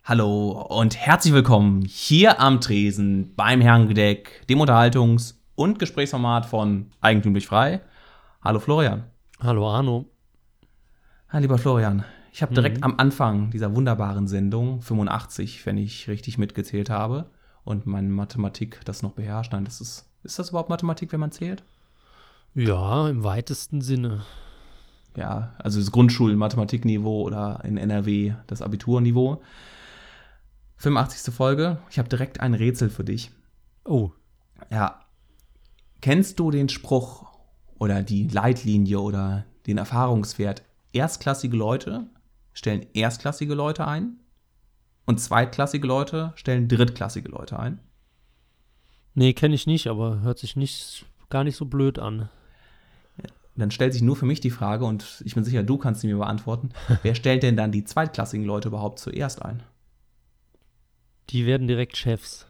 Hallo und herzlich willkommen hier am Tresen beim Herrengedeck, dem Unterhaltungs- und Gesprächsformat von Eigentümlich Frei. Hallo Florian. Hallo Arno. Hi lieber Florian, ich habe direkt am Anfang dieser wunderbaren Sendung 85, wenn ich richtig mitgezählt habe und meine Mathematik das noch beherrscht. Nein, ist das überhaupt Mathematik, wenn man zählt? Ja, im weitesten Sinne. Ja, also das Grundschul-Mathematikniveau oder in NRW das Abiturniveau. 85. Folge. Ich habe direkt ein Rätsel für dich. Oh. Ja. Kennst du den Spruch oder die Leitlinie oder den Erfahrungswert? Erstklassige Leute stellen erstklassige Leute ein und zweitklassige Leute stellen drittklassige Leute ein. Nee, kenne ich nicht, aber hört sich gar nicht so blöd an. Dann stellt sich nur für mich die Frage, und ich bin sicher, du kannst sie mir beantworten, wer stellt denn dann die zweitklassigen Leute überhaupt zuerst ein? Die werden direkt Chefs.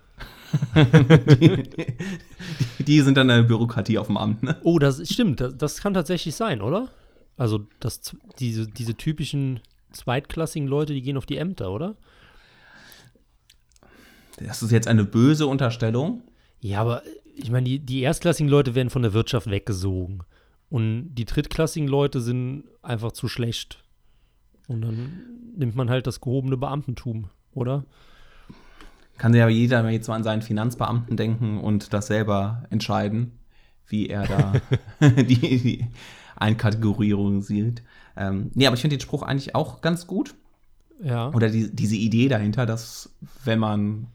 die sind dann eine Bürokratie auf dem Amt, ne? Oh, das stimmt. Das kann tatsächlich sein, oder? Also diese typischen zweitklassigen Leute, die gehen auf die Ämter, oder? Das ist jetzt eine böse Unterstellung. Ja, aber ich meine, die erstklassigen Leute werden von der Wirtschaft weggesogen. Und die drittklassigen Leute sind einfach zu schlecht. Und dann nimmt man halt das gehobene Beamtentum, oder? Kann ja jeder jetzt mal an seinen Finanzbeamten denken und das selber entscheiden, wie er da die Einkategorierung sieht. Nee, aber ich finde den Spruch eigentlich auch ganz gut. Ja. Oder diese Idee dahinter, dass wenn man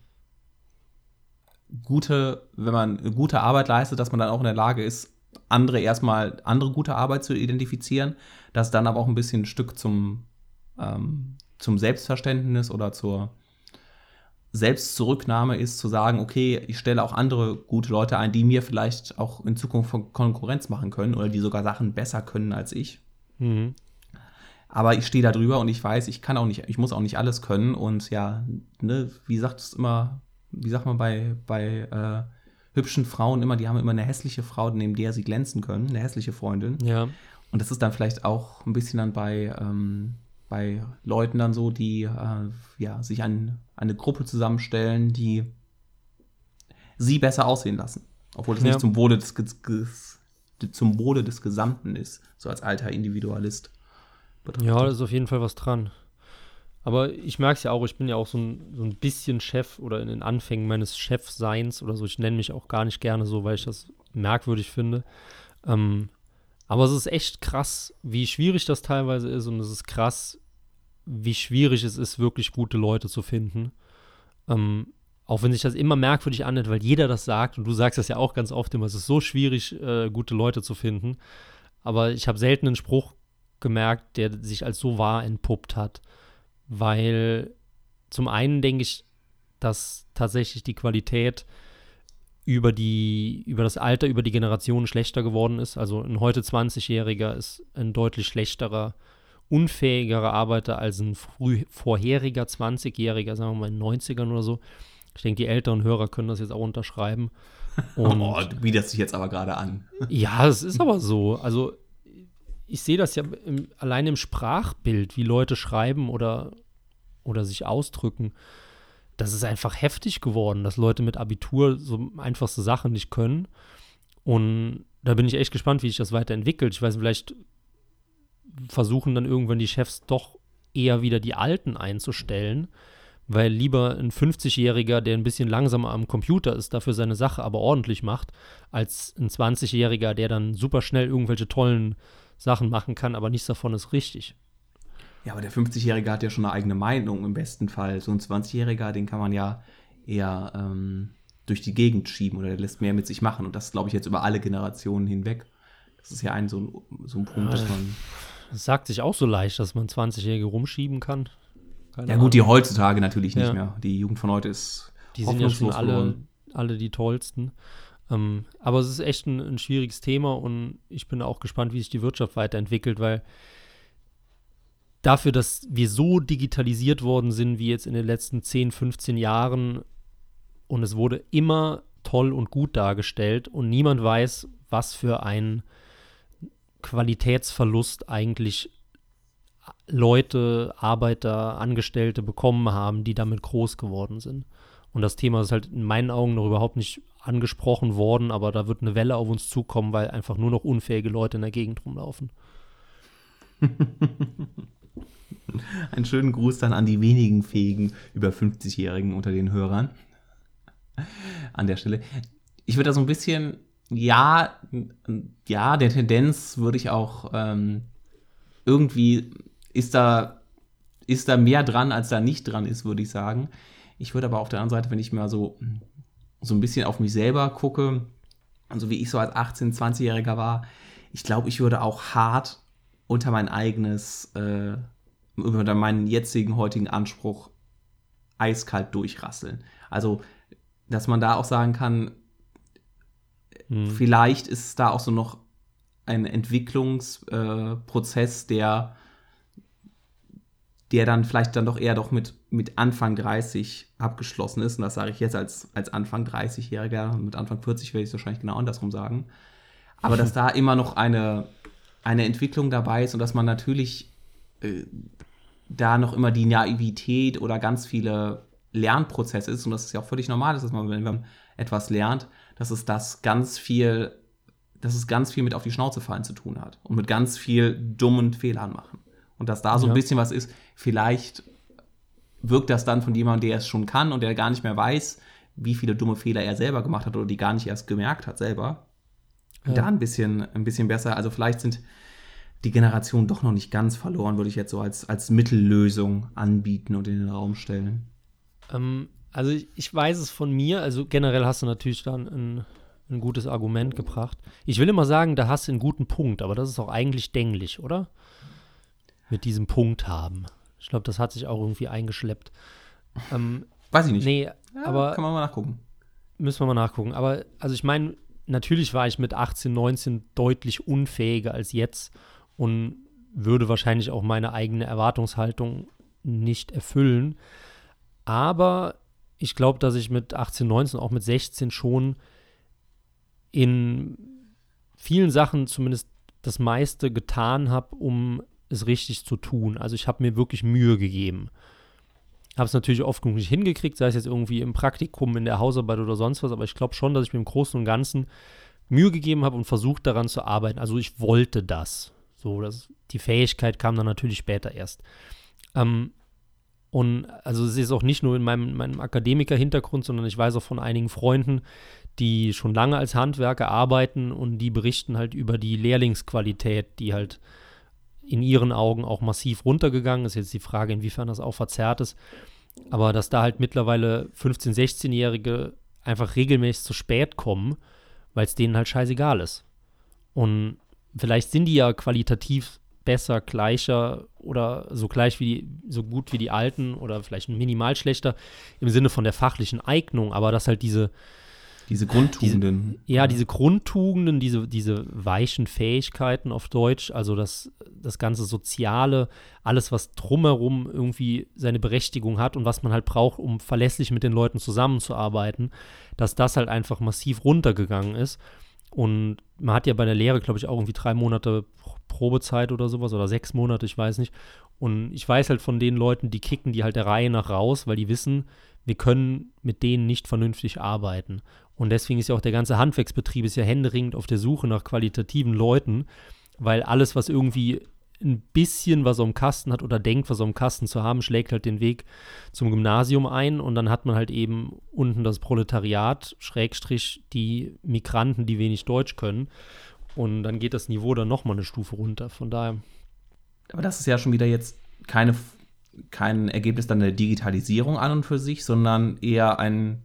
gute Arbeit leistet, dass man dann auch in der Lage ist, andere gute Arbeit zu identifizieren, dass dann aber auch ein bisschen ein Stück zum Selbstverständnis oder zur Selbstzurücknahme ist, zu sagen, okay, ich stelle auch andere gute Leute ein, die mir vielleicht auch in Zukunft Konkurrenz machen können oder die sogar Sachen besser können als ich. Mhm. Aber ich stehe da drüber und ich weiß, ich muss auch nicht alles können. Und ja, ne, wie sagt man bei hübschen Frauen immer, die haben immer eine hässliche Frau, neben der sie glänzen können, eine hässliche Freundin. Ja. Und das ist dann vielleicht auch ein bisschen dann bei Leuten dann so, die sich eine Gruppe zusammenstellen, die sie besser aussehen lassen. Obwohl das nicht zum Wohle des Gesamten ist, so als alter Individualist betrachtet. Ja, da ist auf jeden Fall was dran. Aber ich merke es ja auch, ich bin ja auch so ein bisschen Chef oder in den Anfängen meines Chefseins oder so. Ich nenne mich auch gar nicht gerne so, weil ich das merkwürdig finde. Aber es ist echt krass, wie schwierig das teilweise ist, und es ist krass, wie schwierig es ist, wirklich gute Leute zu finden. Auch wenn sich das immer merkwürdig anhört, weil jeder das sagt, und du sagst das ja auch ganz oft immer, es ist so schwierig, gute Leute zu finden. Aber ich habe selten einen Spruch gemerkt, der sich als so wahr entpuppt hat. Weil zum einen denke ich, dass tatsächlich die Qualität über das Alter, über die Generationen schlechter geworden ist. Also ein heute 20-Jähriger ist ein deutlich schlechterer, unfähigerer Arbeiter als ein vorheriger 20-Jähriger, sagen wir mal in den 90ern oder so. Ich denke, die älteren Hörer können das jetzt auch unterschreiben. Und du bietest dich jetzt aber gerade an. Ja, es ist aber so. Also ich sehe das ja allein im Sprachbild, wie Leute schreiben oder sich ausdrücken. Das ist einfach heftig geworden, dass Leute mit Abitur so einfachste Sachen nicht können. Und da bin ich echt gespannt, wie sich das weiterentwickelt. Ich weiß, vielleicht versuchen dann irgendwann die Chefs doch eher wieder die Alten einzustellen, weil lieber ein 50-Jähriger, der ein bisschen langsamer am Computer ist, dafür seine Sache aber ordentlich macht, als ein 20-Jähriger, der dann super schnell irgendwelche tollen Sachen machen kann, aber nichts davon ist richtig. Ja, aber der 50-Jährige hat ja schon eine eigene Meinung im besten Fall. So ein 20-Jähriger, den kann man ja eher durch die Gegend schieben oder der lässt mehr mit sich machen. Und das glaube ich jetzt über alle Generationen hinweg. Das ist ja so ein Punkt, dass man... Das sagt sich auch so leicht, dass man 20-Jährige rumschieben kann. Ja gut, die heutzutage natürlich nicht mehr. Die Jugend von heute ist die sind ja schon alle die tollsten. Aber es ist echt ein schwieriges Thema und ich bin auch gespannt, wie sich die Wirtschaft weiterentwickelt, weil dafür, dass wir so digitalisiert worden sind wie jetzt in den letzten 10, 15 Jahren und es wurde immer toll und gut dargestellt und niemand weiß, was für ein Qualitätsverlust eigentlich Leute, Arbeiter, Angestellte bekommen haben, die damit groß geworden sind. Und das Thema ist halt in meinen Augen noch überhaupt nicht angesprochen worden, aber da wird eine Welle auf uns zukommen, weil einfach nur noch unfähige Leute in der Gegend rumlaufen. Einen schönen Gruß dann an die wenigen fähigen über 50-Jährigen unter den Hörern. An der Stelle. Ich würde da so ein bisschen, ja, der Tendenz würde ich auch irgendwie ist da mehr dran, als da nicht dran ist, würde ich sagen. Ich würde aber auf der anderen Seite, wenn ich mal so ein bisschen auf mich selber gucke, also wie ich so als 18-, 20-Jähriger war, ich glaube, ich würde auch hart unter unter meinen jetzigen, heutigen Anspruch eiskalt durchrasseln. Also, dass man da auch sagen kann, vielleicht ist es da auch so noch ein Entwicklungsprozess, der dann vielleicht dann doch eher mit Anfang 30 abgeschlossen ist. Und das sage ich jetzt als Anfang 30-Jähriger. Mit Anfang 40 werde ich es wahrscheinlich genau andersrum sagen. Aber dass da immer noch eine Entwicklung dabei ist und dass man natürlich da noch immer die Naivität oder ganz viele Lernprozesse ist. Und das ist ja auch völlig normal, dass man, wenn man etwas lernt, dass es ganz viel mit auf die Schnauze fallen zu tun hat. Und mit ganz viel dummen Fehlern machen. Und dass da so ein bisschen was ist, vielleicht wirkt das dann von jemandem, der es schon kann und der gar nicht mehr weiß, wie viele dumme Fehler er selber gemacht hat oder die gar nicht erst gemerkt hat selber. Ja. Da ein bisschen besser. Also vielleicht sind die Generationen doch noch nicht ganz verloren, würde ich jetzt so als Mittellösung anbieten und in den Raum stellen. Also ich weiß es von mir, also generell hast du natürlich dann ein gutes Argument gebracht. Ich will immer sagen, da hast du einen guten Punkt, aber das ist auch eigentlich dänglich, oder? Mit diesem Punkt haben. Ich glaube, das hat sich auch irgendwie eingeschleppt. Weiß ich nicht. Nee, aber kann man mal nachgucken. Müssen wir mal nachgucken. Aber, also ich meine, natürlich war ich mit 18, 19 deutlich unfähiger als jetzt und würde wahrscheinlich auch meine eigene Erwartungshaltung nicht erfüllen. Aber ich glaube, dass ich mit 18, 19, auch mit 16 schon in vielen Sachen zumindest das meiste getan habe, um es richtig zu tun. Also ich habe mir wirklich Mühe gegeben. Habe es natürlich oft genug nicht hingekriegt, sei es jetzt irgendwie im Praktikum, in der Hausarbeit oder sonst was, aber ich glaube schon, dass ich mir im Großen und Ganzen Mühe gegeben habe und versucht daran zu arbeiten. Also ich wollte das. So, die Fähigkeit kam dann natürlich später erst. Und also es ist auch nicht nur in meinem Akademiker-Hintergrund, sondern ich weiß auch von einigen Freunden, die schon lange als Handwerker arbeiten und die berichten halt über die Lehrlingsqualität, die halt in ihren Augen auch massiv runtergegangen ist. Jetzt die Frage, inwiefern das auch verzerrt ist. Aber dass da halt mittlerweile 15-, 16-Jährige einfach regelmäßig zu spät kommen, weil es denen halt scheißegal ist. Und vielleicht sind die ja qualitativ besser, gleicher oder so gut wie die Alten oder vielleicht minimal schlechter im Sinne von der fachlichen Eignung, aber dass halt diese Grundtugenden. Diese Grundtugenden, diese weichen Fähigkeiten auf Deutsch, also das ganze Soziale, alles, was drumherum irgendwie seine Berechtigung hat und was man halt braucht, um verlässlich mit den Leuten zusammenzuarbeiten, dass das halt einfach massiv runtergegangen ist. Und man hat ja bei der Lehre, glaube ich, auch irgendwie 3 Monate Probezeit oder sowas oder 6 Monate, ich weiß nicht. Und ich weiß halt von den Leuten, die kicken die halt der Reihe nach raus, weil die wissen, wir können mit denen nicht vernünftig arbeiten. Und deswegen ist ja auch der ganze Handwerksbetrieb ist ja händeringend auf der Suche nach qualitativen Leuten, weil alles, was irgendwie ein bisschen was am Kasten hat oder denkt, was am Kasten zu haben, schlägt halt den Weg zum Gymnasium ein und dann hat man halt eben unten das Proletariat, Schrägstrich die Migranten, die wenig Deutsch können und dann geht das Niveau dann nochmal eine Stufe runter, von daher. Aber das ist ja schon wieder jetzt kein Ergebnis dann der Digitalisierung an und für sich, sondern eher eine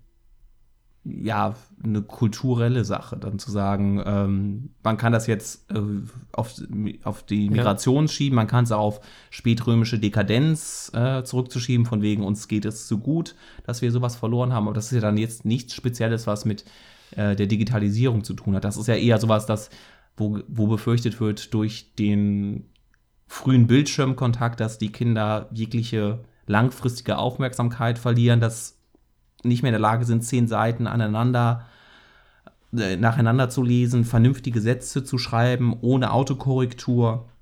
kulturelle Sache, dann zu sagen, man kann das jetzt auf die Migration schieben, man kann es auch auf spätrömische Dekadenz zurückzuschieben, von wegen uns geht es so gut, dass wir sowas verloren haben, aber das ist ja dann jetzt nichts Spezielles, was mit der Digitalisierung zu tun hat. Das ist ja eher sowas, wo befürchtet wird durch den frühen Bildschirmkontakt, dass die Kinder jegliche langfristige Aufmerksamkeit verlieren, dass nicht mehr in der Lage sind, 10 Seiten nacheinander zu lesen, vernünftige Sätze zu schreiben, ohne Autokorrektur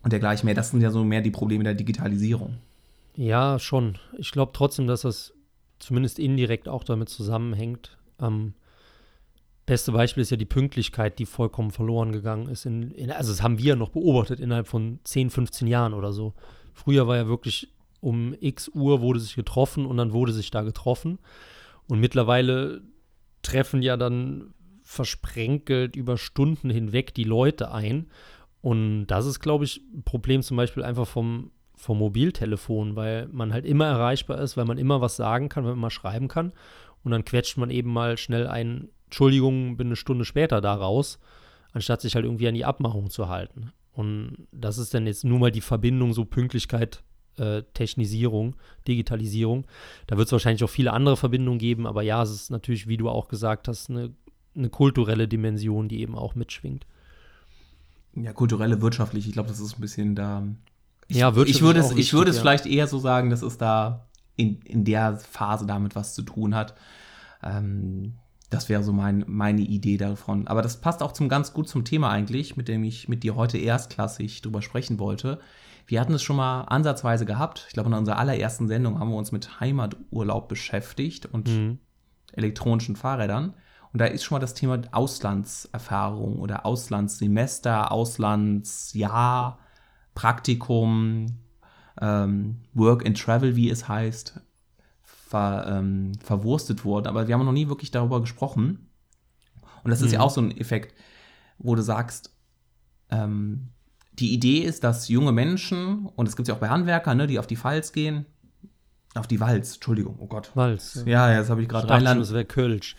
und dergleichen mehr. Das sind ja so mehr die Probleme der Digitalisierung. Ja, schon. Ich glaube trotzdem, dass das zumindest indirekt auch damit zusammenhängt. Beste Beispiel ist ja die Pünktlichkeit, die vollkommen verloren gegangen ist. Also das haben wir noch beobachtet innerhalb von 10, 15 Jahren oder so. Früher war ja wirklich um x Uhr wurde sich getroffen und dann wurde sich da getroffen. Und mittlerweile treffen ja dann versprenkelt über Stunden hinweg die Leute ein. Und das ist, glaube ich, ein Problem zum Beispiel einfach vom Mobiltelefon, weil man halt immer erreichbar ist, weil man immer was sagen kann, weil man immer schreiben kann. Und dann quetscht man eben mal schnell ein Entschuldigung, bin eine Stunde später da raus, anstatt sich halt irgendwie an die Abmachung zu halten. Und das ist dann jetzt nur mal die Verbindung, so Pünktlichkeit, Technisierung, Digitalisierung. Da wird es wahrscheinlich auch viele andere Verbindungen geben, aber ja, es ist natürlich, wie du auch gesagt hast, eine kulturelle Dimension, die eben auch mitschwingt. Ja, kulturelle, wirtschaftliche, ich glaube, das ist ein bisschen da. Ich würde es vielleicht eher so sagen, dass es da in der Phase damit was zu tun hat. Das wäre so meine Idee davon. Aber das passt auch ganz gut zum Thema eigentlich, mit dem ich mit dir heute erstklassig drüber sprechen wollte. Wir hatten es schon mal ansatzweise gehabt. Ich glaube, in unserer allerersten Sendung haben wir uns mit Heimaturlaub beschäftigt und elektronischen Fahrrädern. Und da ist schon mal das Thema Auslandserfahrung oder Auslandssemester, Auslandsjahr, Praktikum, Work and Travel, wie es heißt, verwurstet worden. Aber wir haben noch nie wirklich darüber gesprochen. Und das ist ja auch so ein Effekt, wo du sagst, die Idee ist, dass junge Menschen, und das gibt es ja auch bei Handwerkern, ne, die auf die Walz gehen, Entschuldigung, oh Gott. Walz. Ja, jetzt habe ich gerade Rheinland. Das wäre Kölsch.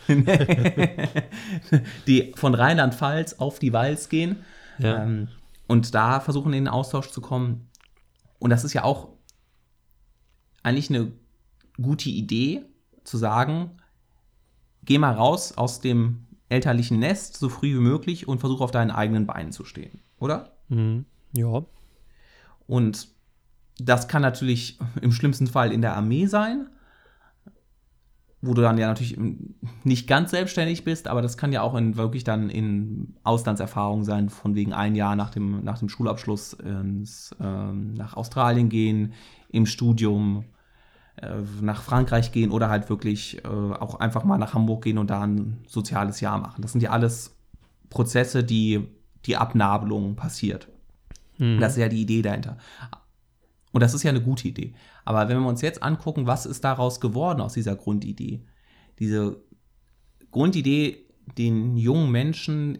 Die von Rheinland-Pfalz auf die Walz gehen. Ja. Und da versuchen, in den Austausch zu kommen. Und das ist ja auch eigentlich eine gute Idee, zu sagen, geh mal raus aus dem elterlichen Nest so früh wie möglich und versuche auf deinen eigenen Beinen zu stehen, oder? Ja. Und das kann natürlich im schlimmsten Fall in der Armee sein, wo du dann ja natürlich nicht ganz selbstständig bist, aber das kann ja auch wirklich dann in Auslandserfahrung sein, von wegen ein Jahr nach dem Schulabschluss nach Australien gehen, im Studium nach Frankreich gehen oder halt wirklich auch einfach mal nach Hamburg gehen und da ein soziales Jahr machen. Das sind ja alles Prozesse, die Abnabelung passiert. Das ist ja die Idee dahinter. Und das ist ja eine gute Idee. Aber wenn wir uns jetzt angucken, was ist daraus geworden aus dieser Grundidee? Diese Grundidee, den jungen Menschen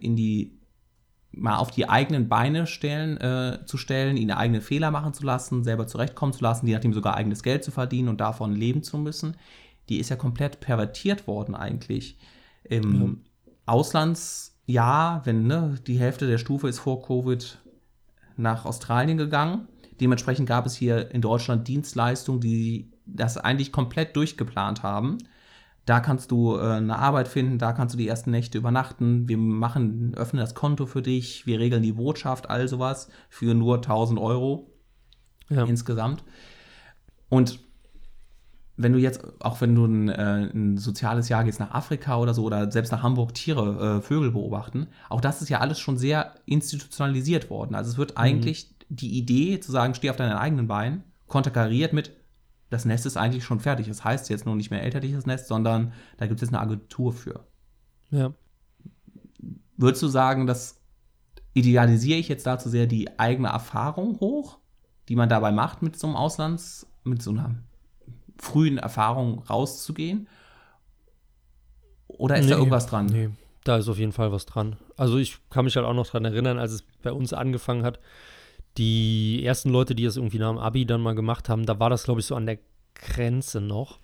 mal auf die eigenen Beine zu stellen, ihnen eigene Fehler machen zu lassen, selber zurechtkommen zu lassen, je nachdem sogar eigenes Geld zu verdienen und davon leben zu müssen, die ist ja komplett pervertiert worden eigentlich. Im Auslandsjahr, wenn die Hälfte der Stufe ist vor Covid nach Australien gegangen. Dementsprechend gab es hier in Deutschland Dienstleistungen, die das eigentlich komplett durchgeplant haben. Da kannst du eine Arbeit finden, da kannst du die ersten Nächte übernachten. Wir öffnen das Konto für dich, wir regeln die Botschaft, all sowas für nur 1.000 Euro insgesamt. Und wenn du jetzt, auch wenn du ein soziales Jahr gehst nach Afrika oder so oder selbst nach Hamburg Vögel beobachten, auch das ist ja alles schon sehr institutionalisiert worden. Also es wird eigentlich die Idee zu sagen, steh auf deinen eigenen Beinen, konterkariert mit, das Nest ist eigentlich schon fertig. Das heißt jetzt nur nicht mehr elterliches Nest, sondern da gibt es eine Agentur für. Ja. Würdest du sagen, idealisiere ich jetzt dazu sehr die eigene Erfahrung hoch, die man dabei macht, mit so einer frühen Erfahrung rauszugehen? Oder ist da irgendwas dran? Nee, da ist auf jeden Fall was dran. Also ich kann mich halt auch noch dran erinnern, als es bei uns angefangen hat, die ersten Leute, die das irgendwie nach dem Abi dann mal gemacht haben, da war das, glaube ich, so an der Grenze noch.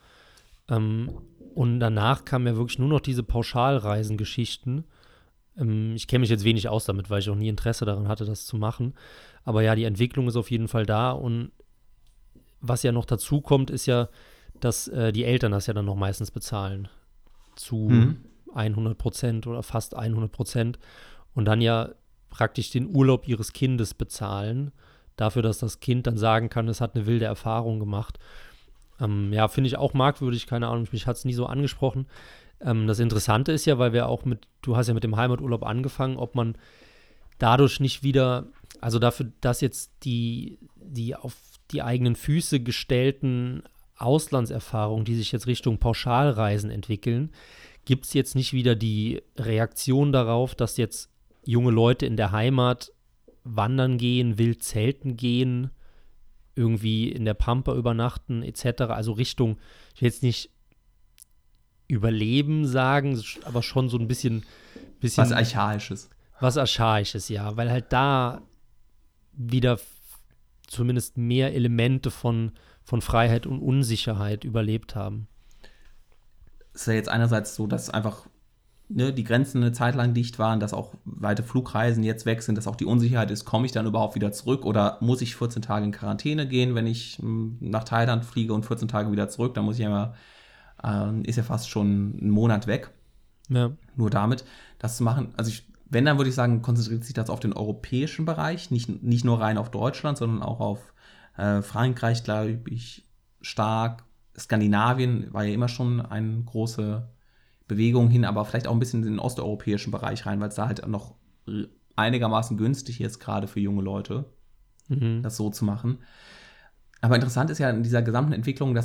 Und danach kamen ja wirklich nur noch diese Pauschalreisengeschichten. Ich kenne mich jetzt wenig aus damit, weil ich auch nie Interesse daran hatte, das zu machen. Aber ja, die Entwicklung ist auf jeden Fall da. Und was ja noch dazu kommt, ist ja, dass die Eltern das ja dann noch meistens bezahlen. Zu 100% oder fast 100%. Und dann ja praktisch den Urlaub ihres Kindes bezahlen, dafür, dass das Kind dann sagen kann, es hat eine wilde Erfahrung gemacht. Ja, finde ich auch merkwürdig, keine Ahnung, mich hat es nie so angesprochen. Das Interessante ist ja, weil wir auch du hast ja mit dem Heimaturlaub angefangen, ob man dadurch nicht wieder, also dafür, dass jetzt die auf die eigenen Füße gestellten Auslandserfahrungen, die sich jetzt Richtung Pauschalreisen entwickeln, gibt es jetzt nicht wieder die Reaktion darauf, dass jetzt junge Leute in der Heimat wandern gehen, wild zelten gehen, irgendwie in der Pampa übernachten etc. Also Richtung, ich will jetzt nicht Überleben sagen, aber schon so ein bisschen was Archaisches. Was Archaisches, ja, weil halt da wieder zumindest mehr Elemente von Freiheit und Unsicherheit überlebt haben. Es ist ja jetzt einerseits so, dass einfach die Grenzen eine Zeit lang dicht waren, dass auch weite Flugreisen jetzt weg sind, dass auch die Unsicherheit ist, komme ich dann überhaupt wieder zurück oder muss ich 14 Tage in Quarantäne gehen, wenn ich nach Thailand fliege und 14 Tage wieder zurück, dann muss ich ist ja fast schon ein Monat weg. Ja. Nur damit, das zu machen, also wenn, dann würde ich sagen, konzentriert sich das auf den europäischen Bereich, nicht nur rein auf Deutschland, sondern auch auf Frankreich, glaube ich, stark. Skandinavien war ja immer schon eine große Bewegung hin, aber vielleicht auch ein bisschen in den osteuropäischen Bereich rein, weil es da halt noch einigermaßen günstig ist, gerade für junge Leute, das so zu machen. Aber interessant ist ja in dieser gesamten Entwicklung,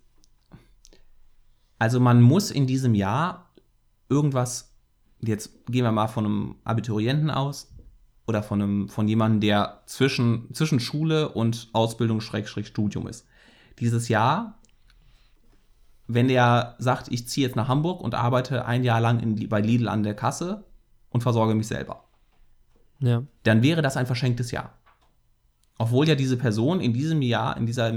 also man muss in diesem Jahr irgendwas, jetzt gehen wir mal von einem Abiturienten aus oder von jemandem, der zwischen Schule und Ausbildung /Studium ist. Dieses Jahr, wenn der sagt, ich ziehe jetzt nach Hamburg und arbeite ein Jahr lang bei Lidl an der Kasse und versorge mich selber, dann wäre das ein verschenktes Jahr. Obwohl ja diese Person in diesem Jahr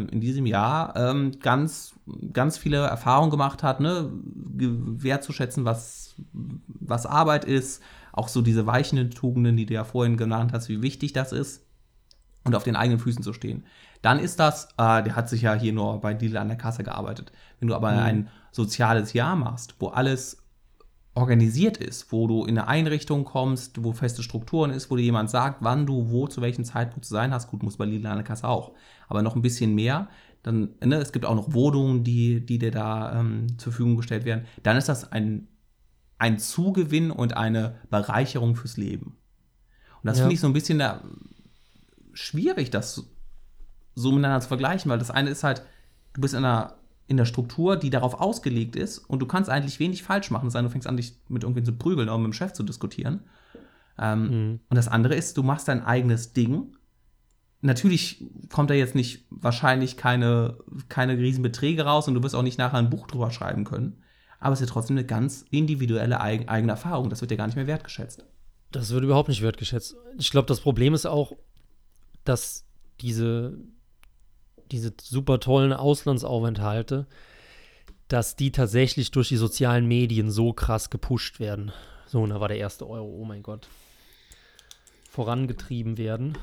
ganz, ganz viele Erfahrungen gemacht hat, wertzuschätzen, was Arbeit ist, auch so diese weichen Tugenden, die du ja vorhin genannt hast, wie wichtig das ist und auf den eigenen Füßen zu stehen. Dann ist das, der hat sich ja hier nur bei Lidl an der Kasse gearbeitet. Wenn du aber ein soziales Jahr machst, wo alles organisiert ist, wo du in eine Einrichtung kommst, wo feste Strukturen ist, wo dir jemand sagt, wann du wo zu welchem Zeitpunkt zu sein hast. Gut, muss bei Lidl an der Kasse auch. Aber noch ein bisschen mehr. Dann, es gibt auch noch Wohnungen, die dir da zur Verfügung gestellt werden. Dann ist das ein Zugewinn und eine Bereicherung fürs Leben. Und das finde ich so ein bisschen schwierig, das so miteinander zu vergleichen, weil das eine ist halt, du bist in der Struktur, die darauf ausgelegt ist und du kannst eigentlich wenig falsch machen, du fängst an, dich mit irgendwen zu prügeln oder mit dem Chef zu diskutieren. Und das andere ist, du machst dein eigenes Ding. Natürlich kommt da jetzt wahrscheinlich keine Riesenbeträge raus und du wirst auch nicht nachher ein Buch drüber schreiben können. Aber es ist ja trotzdem eine ganz individuelle eigene Erfahrung. Das wird ja gar nicht mehr wertgeschätzt. Das wird überhaupt nicht wertgeschätzt. Ich glaube, das Problem ist auch, dass diese super tollen Auslandsaufenthalte, dass die tatsächlich durch die sozialen Medien so krass gepusht werden. So, und da war der erste Euro, oh mein Gott. Vorangetrieben werden,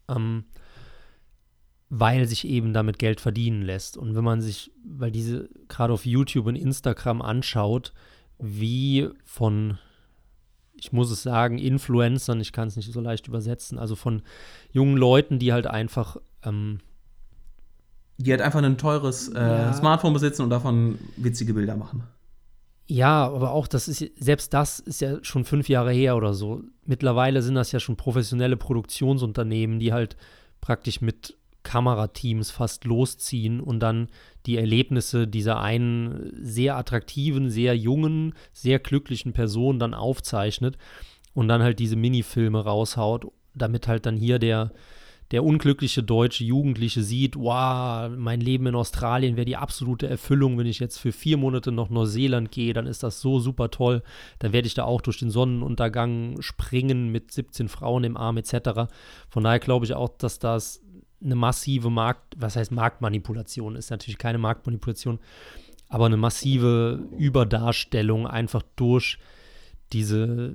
weil sich eben damit Geld verdienen lässt. Und wenn man sich, weil diese gerade auf YouTube und Instagram anschaut, wie von, ich muss es sagen, Influencern, ich kann es nicht so leicht übersetzen, also von jungen Leuten, die halt einfach die halt einfach ein teures Smartphone besitzen und davon witzige Bilder machen. Ja, aber auch selbst das ist ja schon 5 Jahre her oder so. Mittlerweile sind das ja schon professionelle Produktionsunternehmen, die halt praktisch mit Kamerateams fast losziehen und dann die Erlebnisse dieser einen sehr attraktiven, sehr jungen, sehr glücklichen Person dann aufzeichnet und dann halt diese Minifilme raushaut, damit halt dann hier der unglückliche deutsche Jugendliche sieht, wow, mein Leben in Australien wäre die absolute Erfüllung, wenn ich jetzt für 4 Monate nach Neuseeland gehe, dann ist das so super toll, dann werde ich da auch durch den Sonnenuntergang springen mit 17 Frauen im Arm etc. Von daher glaube ich auch, dass das eine massive Marktmanipulation ist, natürlich keine Marktmanipulation, aber eine massive Überdarstellung einfach durch dieses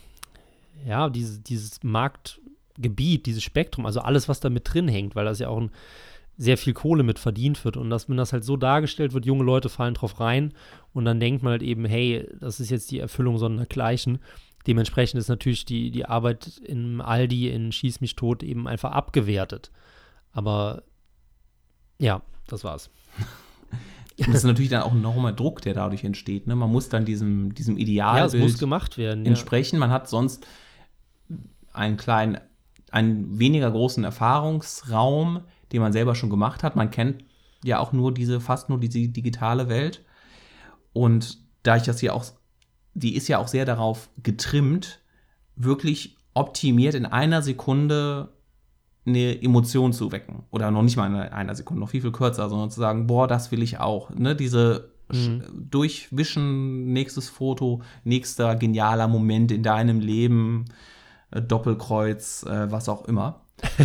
Marktgebiet, dieses Spektrum, also alles, was da mit drin hängt, weil das ja auch sehr viel Kohle mit verdient wird und wenn das halt so dargestellt wird, junge Leute fallen drauf rein und dann denkt man halt eben, hey, das ist jetzt die Erfüllung sondergleichen. Dementsprechend ist natürlich die Arbeit im Aldi in Schieß mich tot eben einfach abgewertet. Aber ja, das war's. Und das ist natürlich dann auch ein enormer Druck, der dadurch entsteht. Ne? Man muss dann diesem Idealbild es muss gemacht werden, entsprechen. Man hat sonst einen weniger großen Erfahrungsraum, den man selber schon gemacht hat. Man kennt ja auch fast nur diese digitale Welt. Und da ich das hier auch, die ist ja auch sehr darauf getrimmt, wirklich optimiert in einer Sekunde eine Emotion zu wecken. Oder noch nicht mal in einer Sekunde, noch viel, viel kürzer, sondern zu sagen, boah, das will ich auch. Ne? Diese Durchwischen, nächstes Foto, nächster genialer Moment in deinem Leben, Doppelkreuz, was auch immer.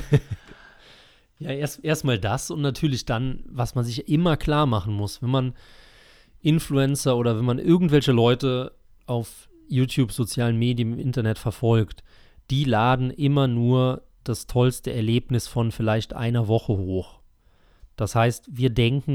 Ja, erstmal das und natürlich dann, was man sich immer klar machen muss, wenn man Influencer oder wenn man irgendwelche Leute auf YouTube, sozialen Medien, im Internet verfolgt, die laden immer nur das tollste Erlebnis von vielleicht einer Woche hoch. Das heißt, wir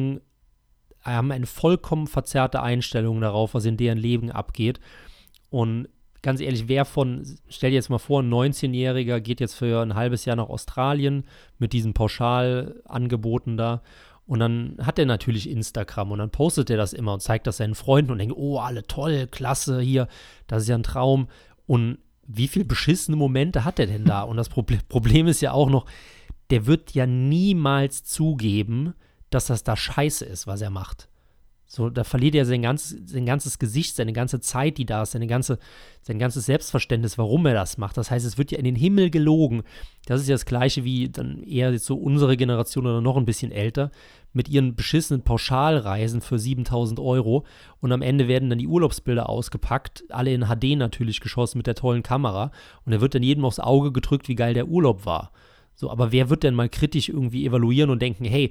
haben eine vollkommen verzerrte Einstellung darauf, was in deren Leben abgeht. Und ganz ehrlich, stell dir jetzt mal vor, ein 19-Jähriger geht jetzt für ein halbes Jahr nach Australien mit diesen Pauschalangeboten da und dann hat er natürlich Instagram und dann postet er das immer und zeigt das seinen Freunden und denkt, oh, alle toll, klasse, hier, das ist ja ein Traum. Und wie viele beschissene Momente hat er denn da? Und das Problem ist ja auch noch, der wird ja niemals zugeben, dass das da scheiße ist, was er macht. So, da verliert er sein ganzes Gesicht, seine ganze Zeit, die da ist, sein ganzes Selbstverständnis, warum er das macht. Das heißt, es wird ja in den Himmel gelogen. Das ist ja das Gleiche wie dann eher jetzt so unsere Generation oder noch ein bisschen älter, mit ihren beschissenen Pauschalreisen für 7.000 € und am Ende werden dann die Urlaubsbilder ausgepackt, alle in HD natürlich geschossen mit der tollen Kamera und da wird dann jedem aufs Auge gedrückt, wie geil der Urlaub war. So, aber wer wird denn mal kritisch irgendwie evaluieren und denken, hey,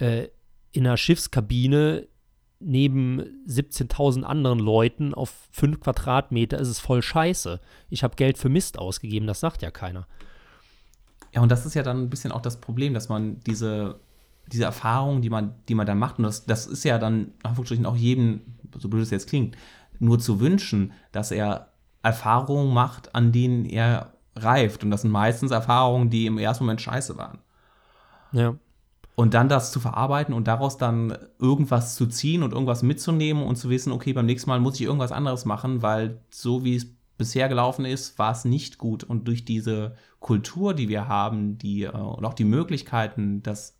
in einer Schiffskabine neben 17.000 anderen Leuten auf 5 Quadratmeter ist es voll scheiße. Ich habe Geld für Mist ausgegeben, das sagt ja keiner. Ja, und das ist ja dann ein bisschen auch das Problem, dass man diese Erfahrungen, die man dann macht, und das ist ja dann Anführungsstrichen auch jedem, so blöd es jetzt klingt, nur zu wünschen, dass er Erfahrungen macht, an denen er reift. Und das sind meistens Erfahrungen, die im ersten Moment scheiße waren. Ja. Und dann das zu verarbeiten und daraus dann irgendwas zu ziehen und irgendwas mitzunehmen und zu wissen, okay, beim nächsten Mal muss ich irgendwas anderes machen, weil so wie es bisher gelaufen ist, war es nicht gut. Und durch diese Kultur, die wir haben, und auch die Möglichkeiten, das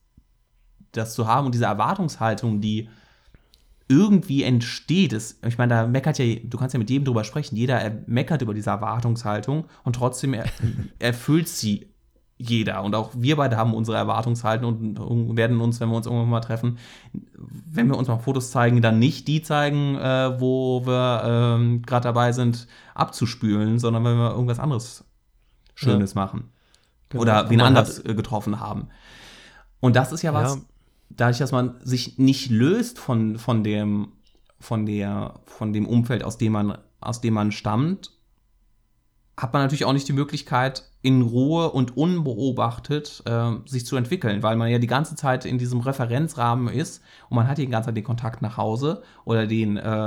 zu haben und diese Erwartungshaltung, die irgendwie entsteht, ich meine, du kannst ja mit jedem drüber sprechen, jeder meckert über diese Erwartungshaltung und trotzdem erfüllt sie jeder. Und auch wir beide haben unsere Erwartungshaltung und werden uns, wenn wir uns irgendwann mal treffen, wenn wir uns mal Fotos zeigen, dann nicht die zeigen, wo wir gerade dabei sind, abzuspülen, sondern wenn wir irgendwas anderes Schönes machen. Genau. Oder wen anders getroffen haben. Und das ist ja was, dadurch, dass man sich nicht löst von dem Umfeld, aus dem man stammt, hat man natürlich auch nicht die Möglichkeit, in Ruhe und unbeobachtet sich zu entwickeln, weil man ja die ganze Zeit in diesem Referenzrahmen ist und man hat die ganze Zeit den Kontakt nach Hause oder die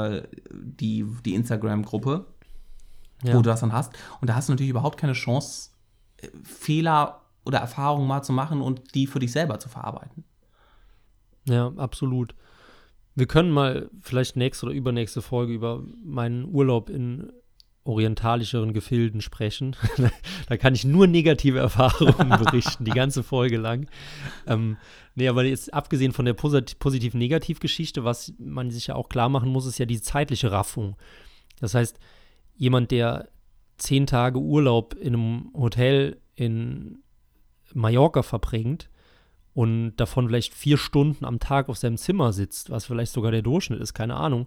Instagram-Gruppe, wo du das dann hast. Und da hast du natürlich überhaupt keine Chance, Fehler oder Erfahrungen mal zu machen und die für dich selber zu verarbeiten. Ja, absolut. Wir können mal vielleicht nächste oder übernächste Folge über meinen Urlaub in orientalischeren Gefilden sprechen. Da kann ich nur negative Erfahrungen berichten, die ganze Folge lang. Aber jetzt abgesehen von der Positiv-Negativ-Geschichte, was man sich ja auch klar machen muss, ist ja die zeitliche Raffung. Das heißt, jemand, der 10 Tage Urlaub in einem Hotel in Mallorca verbringt und davon vielleicht 4 Stunden am Tag auf seinem Zimmer sitzt, was vielleicht sogar der Durchschnitt ist, keine Ahnung,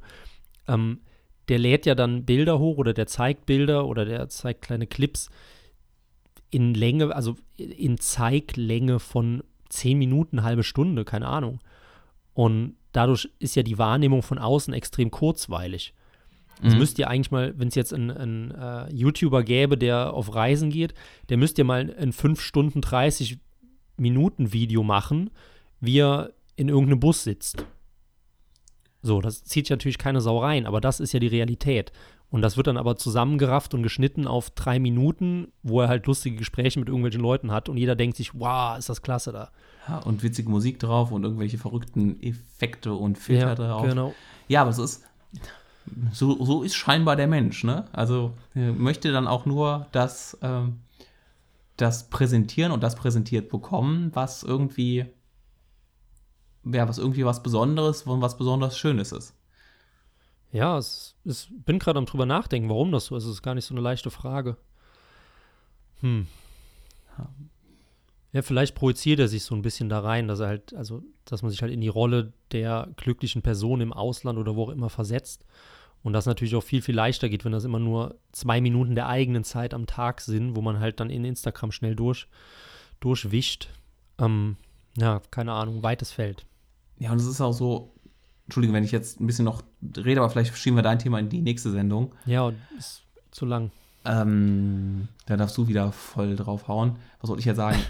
der lädt ja dann Bilder hoch oder der zeigt Bilder oder der zeigt kleine Clips in Länge, also in Zeiglänge von 10 Minuten, halbe Stunde, keine Ahnung. Und dadurch ist ja die Wahrnehmung von außen extrem kurzweilig. Das müsst ihr eigentlich mal, wenn es jetzt einen YouTuber gäbe, der auf Reisen geht, der müsst ihr mal ein 5 Stunden 30 Minuten Video machen, wie er in irgendeinem Bus sitzt. So, das zieht natürlich keine Sau rein, aber das ist ja die Realität. Und das wird dann aber zusammengerafft und geschnitten auf 3 Minuten, wo er halt lustige Gespräche mit irgendwelchen Leuten hat und jeder denkt sich, wow, ist das klasse da. Ja, und witzige Musik drauf und irgendwelche verrückten Effekte und Filter drauf. Genau. Ja, aber so ist scheinbar der Mensch, ne? Also möchte dann auch nur, dass das präsentieren und das präsentiert bekommen, was irgendwie was Besonderes und was besonders Schönes ist. Ja, bin gerade am drüber nachdenken, warum das so ist. Es ist gar nicht so eine leichte Frage. Ja, vielleicht projiziert er sich so ein bisschen da rein, dass man sich halt in die Rolle der glücklichen Person im Ausland oder wo auch immer versetzt. Und das natürlich auch viel, viel leichter geht, wenn das immer nur 2 Minuten der eigenen Zeit am Tag sind, wo man halt dann in Instagram schnell durchwischt. Ja, keine Ahnung, weites Feld. Ja, und es ist auch so, Entschuldigung, wenn ich jetzt ein bisschen noch rede, aber vielleicht schieben wir dein Thema in die nächste Sendung. Ja, ist zu lang. Da darfst du wieder voll drauf hauen. Was wollte ich jetzt sagen?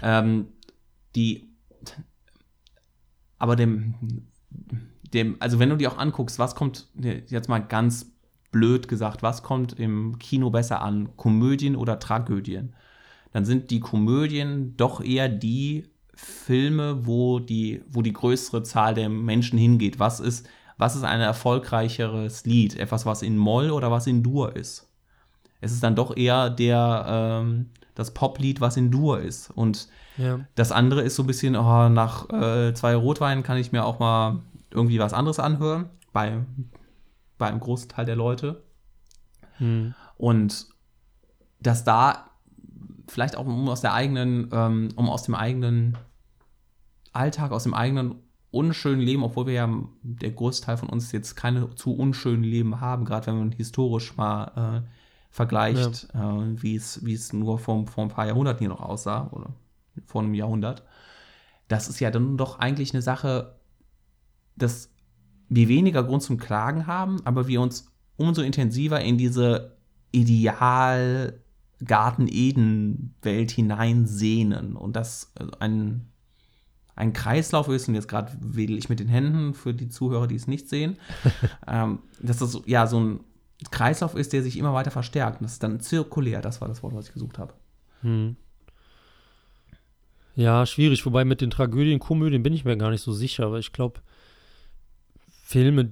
Also wenn du dir auch anguckst, was kommt, jetzt mal ganz blöd gesagt, was kommt im Kino besser an, Komödien oder Tragödien? Dann sind die Komödien doch eher die Filme, wo die größere Zahl der Menschen hingeht. Was ist ein erfolgreicheres Lied? Etwas, was in Moll oder was in Dur ist? Es ist dann doch eher das Poplied, was in Dur ist. Und das andere ist so ein bisschen, nach 2 Rotweinen kann ich mir auch mal irgendwie was anderes anhören, bei einem großen Teil der Leute. Und dass da vielleicht auch aus dem eigenen Alltag, aus dem eigenen unschönen Leben, obwohl wir ja der Großteil von uns jetzt keine zu unschönen Leben haben, gerade wenn man historisch mal vergleicht, wie es nur vor ein paar Jahrhunderten hier noch aussah oder vor einem Jahrhundert. Das ist ja dann doch eigentlich eine Sache, dass wir weniger Grund zum Klagen haben, aber wir uns umso intensiver in diese Ideal-Garten-Eden-Welt hineinsehnen und das ein Kreislauf ist, und jetzt gerade wedel ich mit den Händen für die Zuhörer, die es nicht sehen, dass das ja so ein Kreislauf ist, der sich immer weiter verstärkt. Und das ist dann zirkulär, das war das Wort, was ich gesucht habe. Ja, schwierig, wobei mit den Tragödien, Komödien bin ich mir gar nicht so sicher, aber ich glaube, Filme,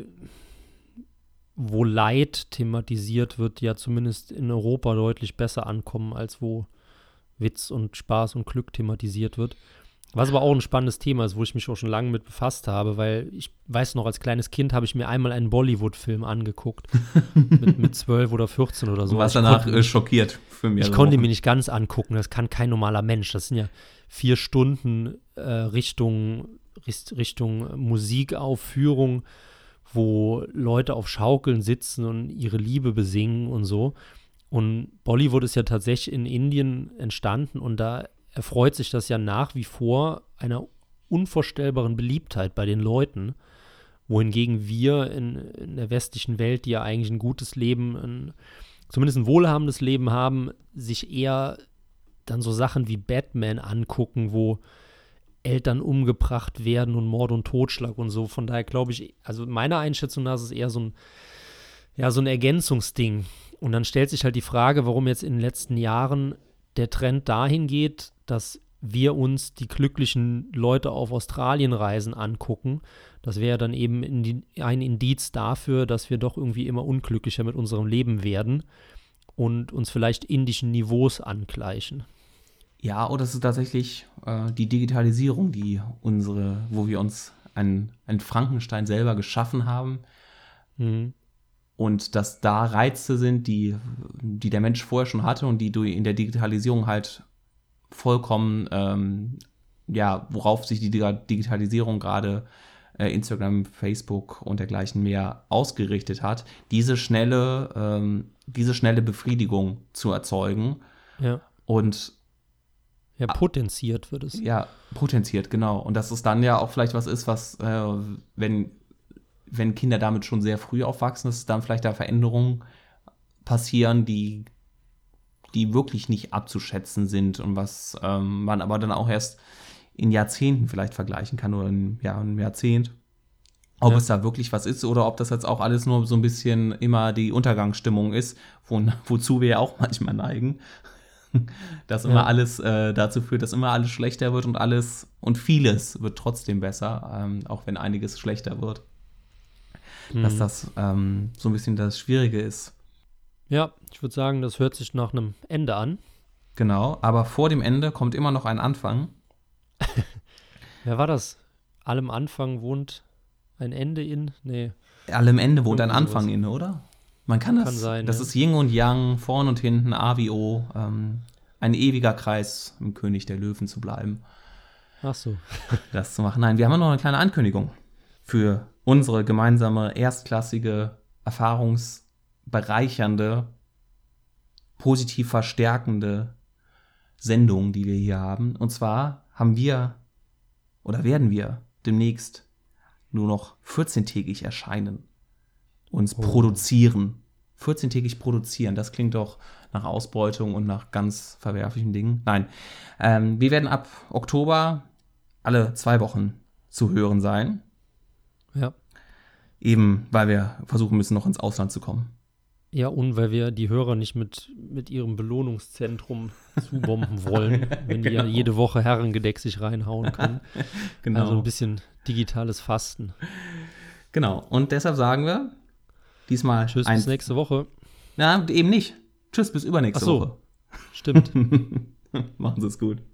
wo Leid thematisiert wird, ja zumindest in Europa deutlich besser ankommen, als wo Witz und Spaß und Glück thematisiert wird. Was aber auch ein spannendes Thema ist, wo ich mich auch schon lange mit befasst habe, weil ich weiß noch, als kleines Kind habe ich mir einmal einen Bollywood-Film angeguckt, mit 12 oder 14 oder so. Du warst danach schockiert für mich. Ich konnte ihn mir nicht ganz angucken, das kann kein normaler Mensch. Das sind ja 4 Stunden Richtung Musikaufführung, wo Leute auf Schaukeln sitzen und ihre Liebe besingen und so. Und Bollywood ist ja tatsächlich in Indien entstanden und da erfreut sich das ja nach wie vor einer unvorstellbaren Beliebtheit bei den Leuten, wohingegen wir in der westlichen Welt, die ja eigentlich ein gutes Leben, zumindest ein wohlhabendes Leben haben, sich eher dann so Sachen wie Batman angucken, wo Eltern umgebracht werden und Mord und Totschlag und so. Von daher glaube ich, also meiner Einschätzung nach ist es eher so ein Ergänzungsding. Und dann stellt sich halt die Frage, warum jetzt in den letzten Jahren der Trend dahin geht, dass wir uns die glücklichen Leute auf Australienreisen angucken. Das wäre dann eben ein Indiz dafür, dass wir doch irgendwie immer unglücklicher mit unserem Leben werden und uns vielleicht indischen Niveaus angleichen. Ja, oder es ist tatsächlich die Digitalisierung, wo wir uns einen Frankenstein selber geschaffen haben. Und dass da Reize sind, die der Mensch vorher schon hatte und die du in der Digitalisierung halt vollkommen, worauf sich die Digitalisierung gerade Instagram, Facebook und dergleichen mehr ausgerichtet hat, diese schnelle Befriedigung zu erzeugen. Ja. Und potenziert wird es. Ja, potenziert, genau. Und dass es dann ja auch vielleicht was ist, was, wenn Kinder damit schon sehr früh aufwachsen, dass dann vielleicht da Veränderungen passieren, die wirklich nicht abzuschätzen sind und was man aber dann auch erst in Jahrzehnten vielleicht vergleichen kann oder in einem Jahrzehnt. Ob es da wirklich was ist oder ob das jetzt auch alles nur so ein bisschen immer die Untergangsstimmung ist, wozu wir ja auch manchmal neigen. Dass immer alles dazu führt, dass immer alles schlechter wird und vieles wird trotzdem besser, auch wenn einiges schlechter wird. Dass das so ein bisschen das Schwierige ist. Ja, ich würde sagen, das hört sich nach einem Ende an. Genau, aber vor dem Ende kommt immer noch ein Anfang. Wer war das? Allem Anfang wohnt ein Ende in? Nee. Allem Ende wohnt ein Irgendwie Anfang sowas. inne, oder? Man kann das. Kann sein, Das ja. ist Yin und Yang, vorn und hinten, A wie O. Ein ewiger Kreis, im König der Löwen zu bleiben. Ach so. Das zu machen. Nein, wir haben noch eine kleine Ankündigung für unsere gemeinsame, erstklassige, erfahrungsbereichernde, positiv verstärkende Sendung, die wir hier haben. Und zwar haben wir oder werden wir demnächst nur noch 14-tägig erscheinen, uns produzieren. 14-tägig produzieren, das klingt doch nach Ausbeutung und nach ganz verwerflichen Dingen. Nein, wir werden ab Oktober alle 2 Wochen zu hören sein. Ja. Eben, weil wir versuchen müssen, noch ins Ausland zu kommen. Ja, und weil wir die Hörer nicht mit ihrem Belohnungszentrum zubomben wollen, wenn die ja jede Woche Herrengedeck sich reinhauen können. Genau. Also ein bisschen digitales Fasten. Genau, und deshalb sagen wir diesmal Tschüss, bis nächste Woche. Na, eben nicht. Tschüss, bis übernächste Ach so. Woche. Stimmt. Machen Sie es gut.